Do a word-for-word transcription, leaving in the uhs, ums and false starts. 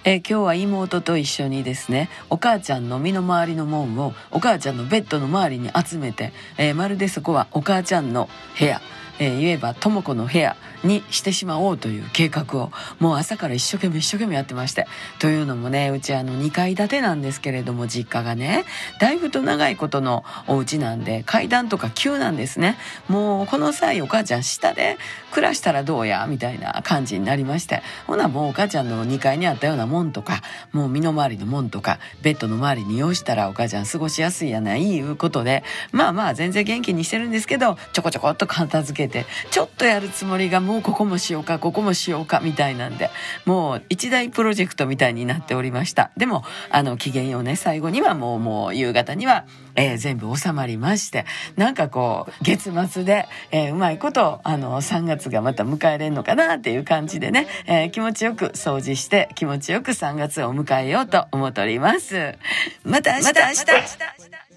えー、今日は妹と一緒にですね、お母ちゃんの身の回りのもんをお母ちゃんのベッドの周りに集めて、えー、まるでそこはお母ちゃんの部屋、えー、言えばとも子の部屋にしてしまおうという計画をもう朝から一生懸命一生懸命やってまして、というのもね、うちあのにかい建てなんですけれども、実家がねだいぶと長いことのお家なんで階段とか急なんですね。もうこの際お母ちゃん下で暮らしたらどうやみたいな感じになりまして、ほなもうお母ちゃんのにかいにあったようなもんとか、もう身の回りのもんとかベッドの周りに用意したらお母ちゃん過ごしやすいやないいうことで、まあまあ全然元気にしてるんですけど、ちょこちょこっと片付けてちょっとやるつもりが、もうここもしようかここもしようかみたいなんで、もう一大プロジェクトみたいになっておりました。でもあの期限をね、最後にはもうもう夕方には、えー、全部収まりまして、なんかこう月末で、えー、うまいことあのさんがつがまた迎えれんのかなっていう感じでね、えー、気持ちよく掃除して気持ちよくさんがつを迎えようと思っております。また明日、また明日。